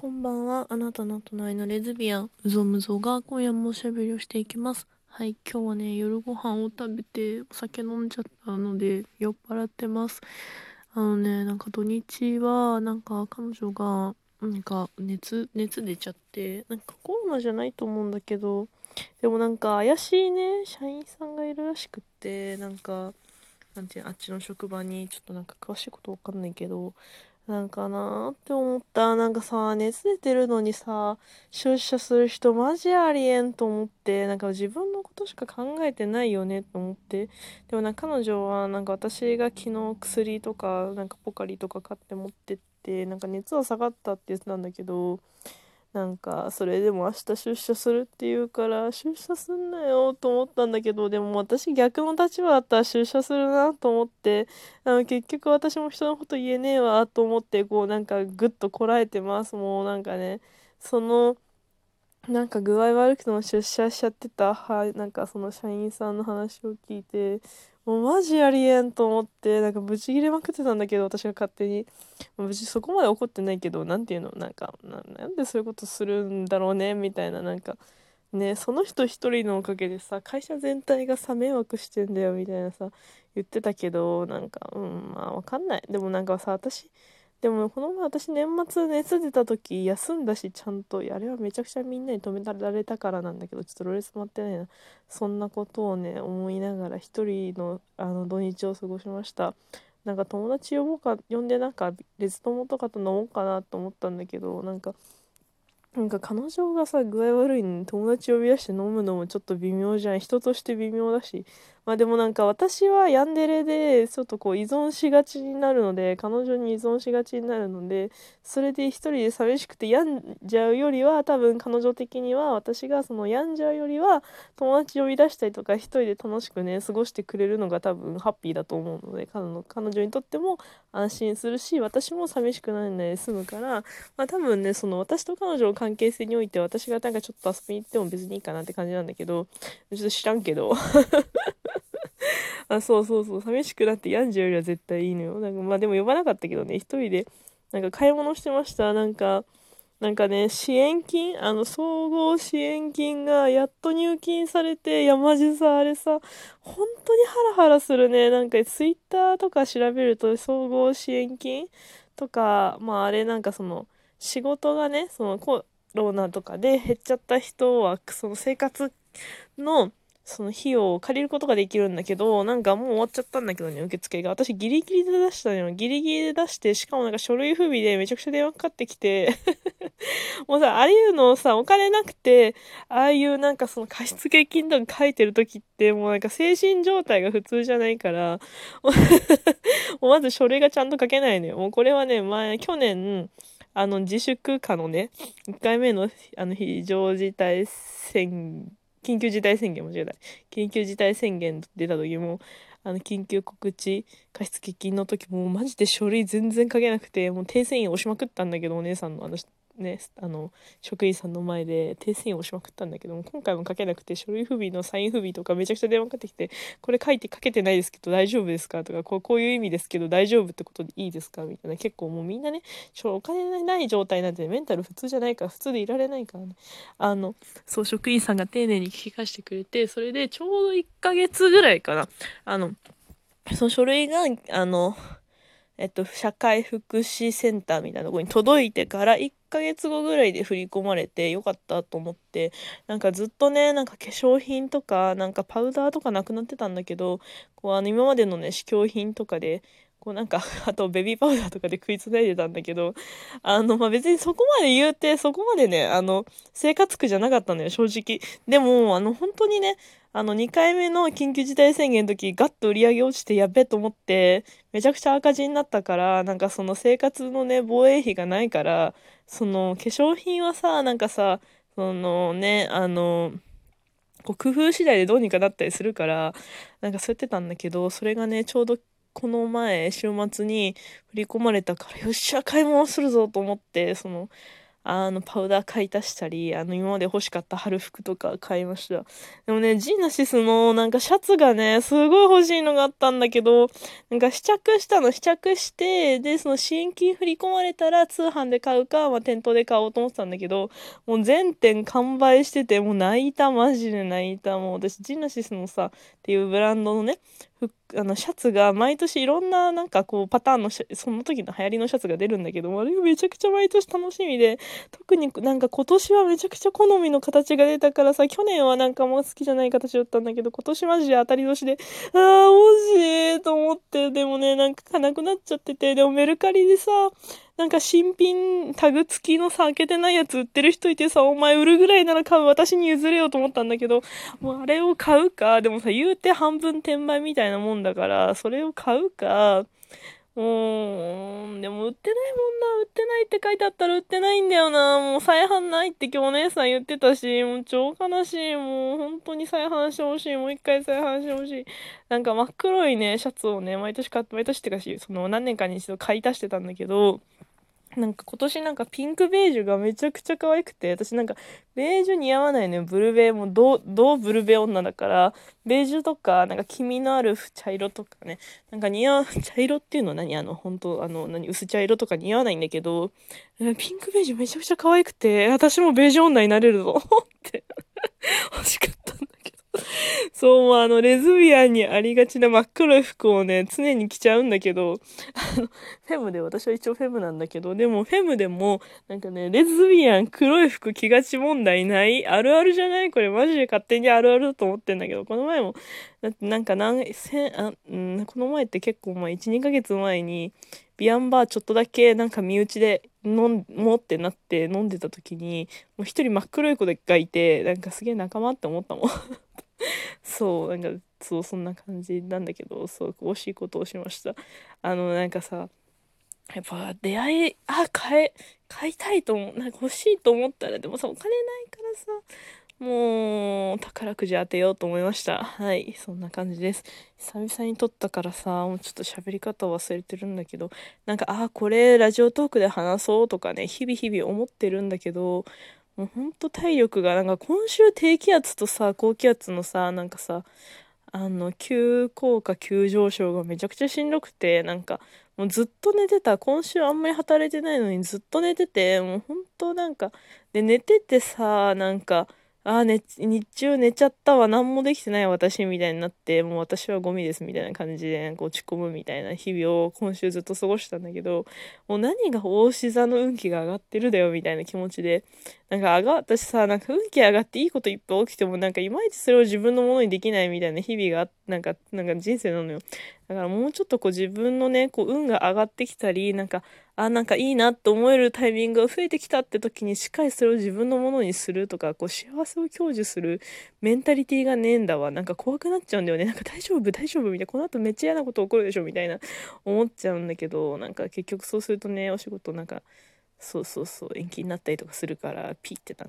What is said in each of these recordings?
こんばんは。あなたの隣のレズビアン、うぞむぞが今夜もおしゃべりをしていきます。はい、今日はね、夜ご飯を食べてお酒飲んじゃったので酔っ払ってます。なんか土日は、なんか彼女が、なんか熱出ちゃって、なんかコロナじゃないと思うんだけど、でもなんか怪しいね、社員さんがいるらしくって、なんか、なんていうの、あっちの職場に、ちょっとなんか詳しいことわかんないけど、なんかなーって思った。なんかさ、熱出てるのにさ、出社する人マジありえんと思って、なんか自分のことしか考えてないよねと思って。でもなんか彼女は、なんか私が昨日薬とか、なんかポカリとか買って持ってって、なんか熱は下がったって言ってたんだけど、なんかそれでも明日出社するって言うから出社すんなよと思ったんだけど、でも私逆の立場だったら出社するなと思って、結局私も人のこと言えねえわと思って、こうなんかぐっとこらえてます。もうなんかね、そのなんか具合悪くても出社しちゃってた、はい、なんかその社員さんの話を聞いて、もうマジありえんと思って、なんかブチギレまくってたんだけど、私が勝手に。別にそこまで怒ってないけど、なんていうの、なんでそういうことするんだろうね、みたいな、なんか、ね、その人一人のおかげでさ、会社全体がさ、迷惑してんだよ、みたいなさ、言ってたけど、なんか、まあわかんない。でもなんかさ、でもこの前私年末熱出た時休んだしちゃんと、あれはめちゃくちゃみんなに止められたからなんだけど、ちょっとロレス回ってないな。そんなことをね、思いながら一人の土日を過ごしました。なんか友達呼んでなんか別友とかと飲もうかなと思ったんだけど、なんか彼女がさ、具合悪いのに友達呼び出して飲むのもちょっと微妙じゃん。人として微妙だし。まあでもなんか私はヤンデレでちょっとこう依存しがちになるので、彼女に依存しがちになるので、それで一人で寂しくて病んじゃうよりは、多分彼女的には私がその病んじゃうよりは、友達呼び出したりとか一人で楽しくね、過ごしてくれるのが多分ハッピーだと思うので、彼女にとっても安心するし、私も寂しくないので済むから、まあ多分ね、その私と彼女の関係性において私がなんかちょっと遊びに行っても別にいいかなって感じなんだけど、ちょっと知らんけど。そうそうそう、寂しくなって病んじゃうよりは絶対いいのよ。なんかまあでも呼ばなかったけどね、一人でなんか買い物してました。なんかね、支援金、総合支援金がやっと入金されて、いや、マジさ、あれさ、本当にハラハラするね。なんか、ツイッターとか調べると、総合支援金とか、まあ、あれなんかその、仕事がね、そのコロナとかで減っちゃった人は、その生活の、その費用を借りることができるんだけど、なんかもう終わっちゃったんだけどね、受付が。私ギリギリで出したのよ。ギリギリで出して、しかもなんか書類不備でめちゃくちゃ電話かかってきて、もうさ、ああいうのをさ、お金なくて、ああいうなんかその貸付金とか書いてる時って、もうなんか精神状態が普通じゃないから、もうまず書類がちゃんと書けないのよ。もうこれはね、去年、自粛下のね、1回目の、非常事態緊急事態宣言間違えた。緊急事態宣言出た時も、緊急告知貸付金の時も、マジで書類全然書けなくて、もう訂正印押しまくったんだけど、お姉さんのね、職員さんの前で訂正印押しまくったんだけども、今回も書けなくて、書類不備のサイン不備とかめちゃくちゃ電話かかってきて、これ書けてないですけど大丈夫ですかとか、こういう意味ですけど大丈夫ってことでいいですかみたいな。結構もうみんなね、お金ない状態なんてメンタル普通じゃないから、普通でいられないからね。あの、そう、職員さんが丁寧に聞き返してくれて、それでちょうど1ヶ月ぐらいかな。あの、その書類が、社会福祉センターみたいなところに届いてから1ヶ月後ぐらいで振り込まれてよかったと思って、なんかずっとね、なんか化粧品とか、なんかパウダーとかなくなってたんだけど、こう今までのね、試供品とかで、こうなんか、あとベビーパウダーとかで食いつないでたんだけど、まあ、別にそこまで言うて、そこまでね、生活苦じゃなかったのよ、正直。でも、本当にね、2回目の緊急事態宣言の時、ガッと売り上げ落ちてやべえと思って、めちゃくちゃ赤字になったから、なんかその生活のね、防衛費がないから、その化粧品はさ、なんかさ、そのね、こう工夫次第でどうにかなったりするから、なんかそうやってたんだけど、それがね、ちょうどこの前、週末に振り込まれたから、よっしゃ、買い物するぞと思って、 パウダー買い足したり、今まで欲しかった春服とか買いました。でもね、ジーナシスのなんかシャツがね、すごい欲しいのがあったんだけど、なんか試着して、で、その支援金振り込まれたら通販で買うか、店頭で買おうと思ってたんだけど、もう全店完売してて、もう泣いた、マジで泣いた。もう私、ジーナシスのさ、っていうブランドのね、シャツが毎年いろんななんかこうパターンのその時の流行りのシャツが出るんだけど、あれがめちゃくちゃ毎年楽しみで、特になんか今年はめちゃくちゃ好みの形が出たからさ、去年はなんかもう好きじゃない形だったんだけど、今年マジで当たり年で、惜しいと思って、でもね、なんか買なくなっちゃってて、でもメルカリでさ、なんか新品タグ付きのさ、開けてないやつ売ってる人いてさ、お前売るぐらいなら買う、私に譲れよと思ったんだけど、もうあれを買うか、でもさ、言うて半分転売みたいなもんだから、それを買うか、でも売ってないもんな、売ってないって書いてあったら売ってないんだよな。もう再販ないって今日お姉さん言ってたし、もう超悲しい。もう本当に再販してほしい。もう一回再販してほしい。なんか真っ黒いね、シャツをね、毎年買って、毎年ってかし、その何年かに一度買い足してたんだけど、なんか今年なんかピンクベージュがめちゃくちゃ可愛くて、私なんかベージュ似合わないのよ。ブルベもどうブルベ女だから、ベージュとか、なんか黄身のある茶色とかね、なんか茶色っていうのは何本当薄茶色とか似合わないんだけど、ピンクベージュめちゃくちゃ可愛くて、私もベージュ女になれるぞって欲しかったんだけど。そう、もうレズビアンにありがちな真っ黒い服をね、常に着ちゃうんだけど、フェムで、私は一応フェムなんだけど、でもフェムでも、なんかね、レズビアン黒い服着がち問題ないあるあるじゃないこれマジで勝手にあるあるだと思ってんだけど、この前も、だってなんかこの前って結構1、2ヶ月前に、ビアンバーちょっとだけなんか身内でもってなって飲んでた時に、もう一人真っ黒い子がいて、なんかすげえ仲間って思ったもん。そう、なんか、そう、そんな感じなんだけど、そう、惜しいことをしました。なんかさ、やっぱ出会い、買いたいと思う、なんか欲しいと思ったら、でもさ、お金ないからさ、もう、宝くじ当てようと思いました。はい、そんな感じです。久々に撮ったからさ、もうちょっと喋り方を忘れてるんだけど、なんか、これラジオトークで話そうとかね、日々日々思ってるんだけど、もうほんと体力が、なんか今週低気圧とさ、高気圧のさ、なんかさ、急降下急上昇がめちゃくちゃしんどくて、なんか、もうずっと寝てた。今週あんまり働いてないのにずっと寝てて、もうほんとなんか、で、寝ててさ、なんか、日中寝ちゃったわ、何もできてない私みたいになって、もう私はゴミですみたいな感じで、なんか落ち込むみたいな日々を今週ずっと過ごしたんだけど、もう何が大志座の運気が上がってるだよみたいな気持ちで、なんか私さ、なんか運気上がっていいこといっぱい起きても、なんかいまいちそれを自分のものにできないみたいな日々がなんか人生なのよ。だからもうちょっとこう自分のね、こう運が上がってきたり、なんか、なんかいいなって思えるタイミングが増えてきたって時にしっかりそれを自分のものにするとか、こう幸せを享受するメンタリティがねえんだわ。なんか怖くなっちゃうんだよね。なんか大丈夫みたいな。この後めっちゃ嫌なこと起こるでしょみたいな思っちゃうんだけど、なんか結局そうするとね、お仕事なんか、そう、延期になったりとかするから、ピーってなって、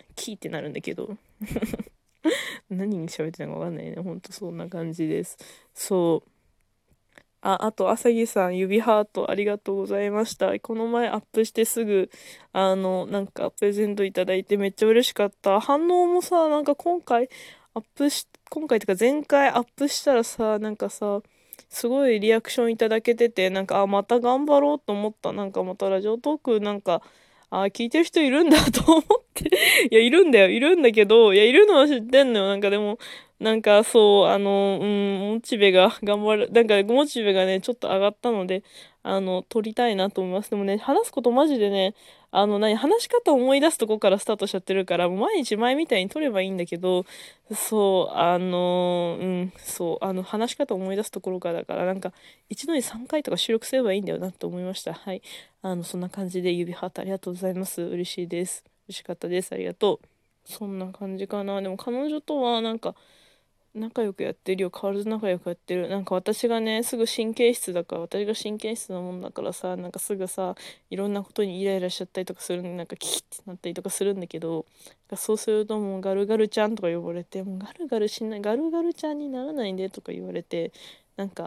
キーってなるんだけど、何に喋ってたのかわかんないね。ほんとそんな感じです。そう。あと、あさぎさん、指ハートありがとうございました。この前アップしてすぐ、なんかプレゼントいただいてめっちゃ嬉しかった。反応もさ、なんか今回ってか前回アップしたらさ、なんかさ、すごいリアクションいただけてて、なんか、また頑張ろうと思った。なんかまたラジオトーク、なんか、聞いてる人いるんだと思っていや、いるんだよ、いるんだけど、いや、いるのは知ってんのよ。なんかでも、なんかそう、モチベが頑張る、なんかモチベがね、ちょっと上がったので、撮りたいなと思います。でもね、話すことマジでね、話し方を思い出すとこからスタートしちゃってるから、もう毎日前みたいに撮ればいいんだけど、そう、そう、話し方を思い出すところからだから、なんか、一度に3回とか収録すればいいんだよなって思いました。はい。そんな感じで指ハートありがとうございます。嬉しいです。嬉しかったです。ありがとう。そんな感じかな。でも彼女とはなんか仲良くやってるよ。変わらず仲良くやってる。なんか私がね、すぐ神経質だから、私が神経質なもんだからさ、なんかすぐさ、いろんなことにイライラしちゃったりとかするのになんかキキってなったりとかするんだけど、そうするともうガルガルちゃんとか呼ばれて、もうガルガルちゃんにならないでとか言われて、なんか、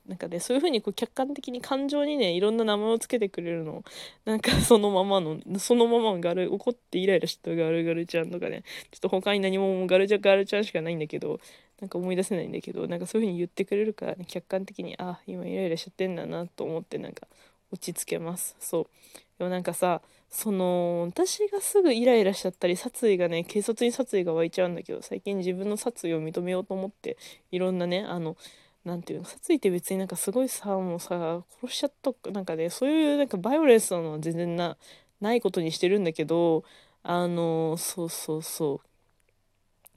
なんかね、そういう風にこう客観的に感情にね、いろんな名前をつけてくれるの。なんかそのまま怒ってイライラしたガルガルちゃんとかね、ちょっと他に何もガルちゃんしかないんだけど、なんか思い出せないんだけど、なんかそういう風に言ってくれるからね、客観的に、あ、今イライラしちゃってんだなと思ってなんか落ち着けます。そう。でもなんかさ、私がすぐイライラしちゃったり、殺意がね、警察に殺意が湧いちゃうんだけど、最近自分の殺意を認めようと思って、いろんなね、なんていうの、殺意って別になんかすごいさ、もうさ、殺しちゃったか、なんかね、そういうなんかバイオレンスなのは全然ないことにしてるんだけど、そうそうそう、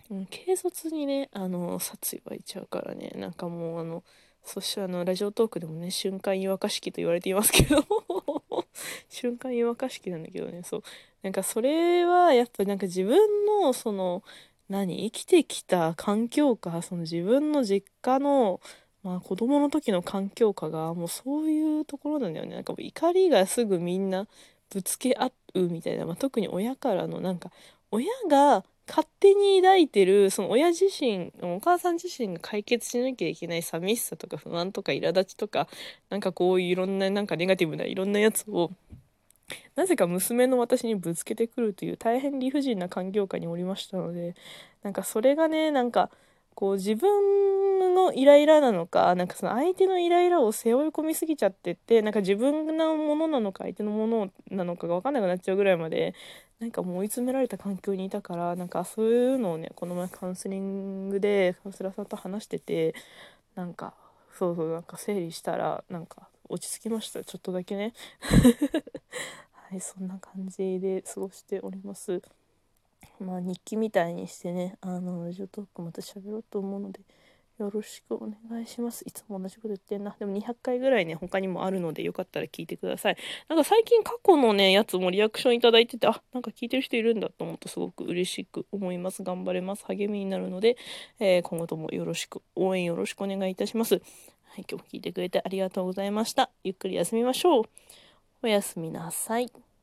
軽率にね、殺意湧いちゃうからね、なんかもうそしてラジオトークでもね、瞬間湯沸かし器と言われていますけど瞬間湯沸かし器なんだけどね、そう。なんかそれは、やっぱなんか自分の、生きてきた環境か、その自分の実家の、まあ子供の時の環境下が、もうそういうところなんだよね。なんかもう怒りがすぐみんなぶつけ合うみたいな、まあ、特に親からのなんか、親が勝手に抱いてる、その親自身、お母さん自身が解決しなきゃいけない寂しさとか不安とか苛立ちとか、なんかこういういろんななんかネガティブないろんなやつを、なぜか娘の私にぶつけてくるという大変理不尽な環境下におりましたので、なんかそれがね、なんかこう自分のイライラなのか、なんかその相手のイライラを背負い込みすぎちゃってって、なんか自分のものなのか相手のものなのかが分かんなくなっちゃうぐらいまで、なんかもう追い詰められた環境にいたから、なんかそういうのをね、この前カウンセリングでカウンセラーさんと話してて、なんか、そうそう、なんか整理したら、なんか落ち着きました。ちょっとだけね。はい、そんな感じで過ごしております。まあ日記みたいにしてね、ラジオトークまた喋ろうと思うので、よろしくお願いします。いつも同じこと言ってんな。でも200回ぐらいね、他にもあるので、よかったら聞いてください。なんか最近過去のね、やつもリアクションいただいてて、あ、なんか聞いてる人いるんだと思うとすごく嬉しく思います。頑張れます。励みになるので、今後ともよろしく、応援よろしくお願いいたします。はい、今日も聞いてくれてありがとうございました。ゆっくり休みましょう。おやすみなさい。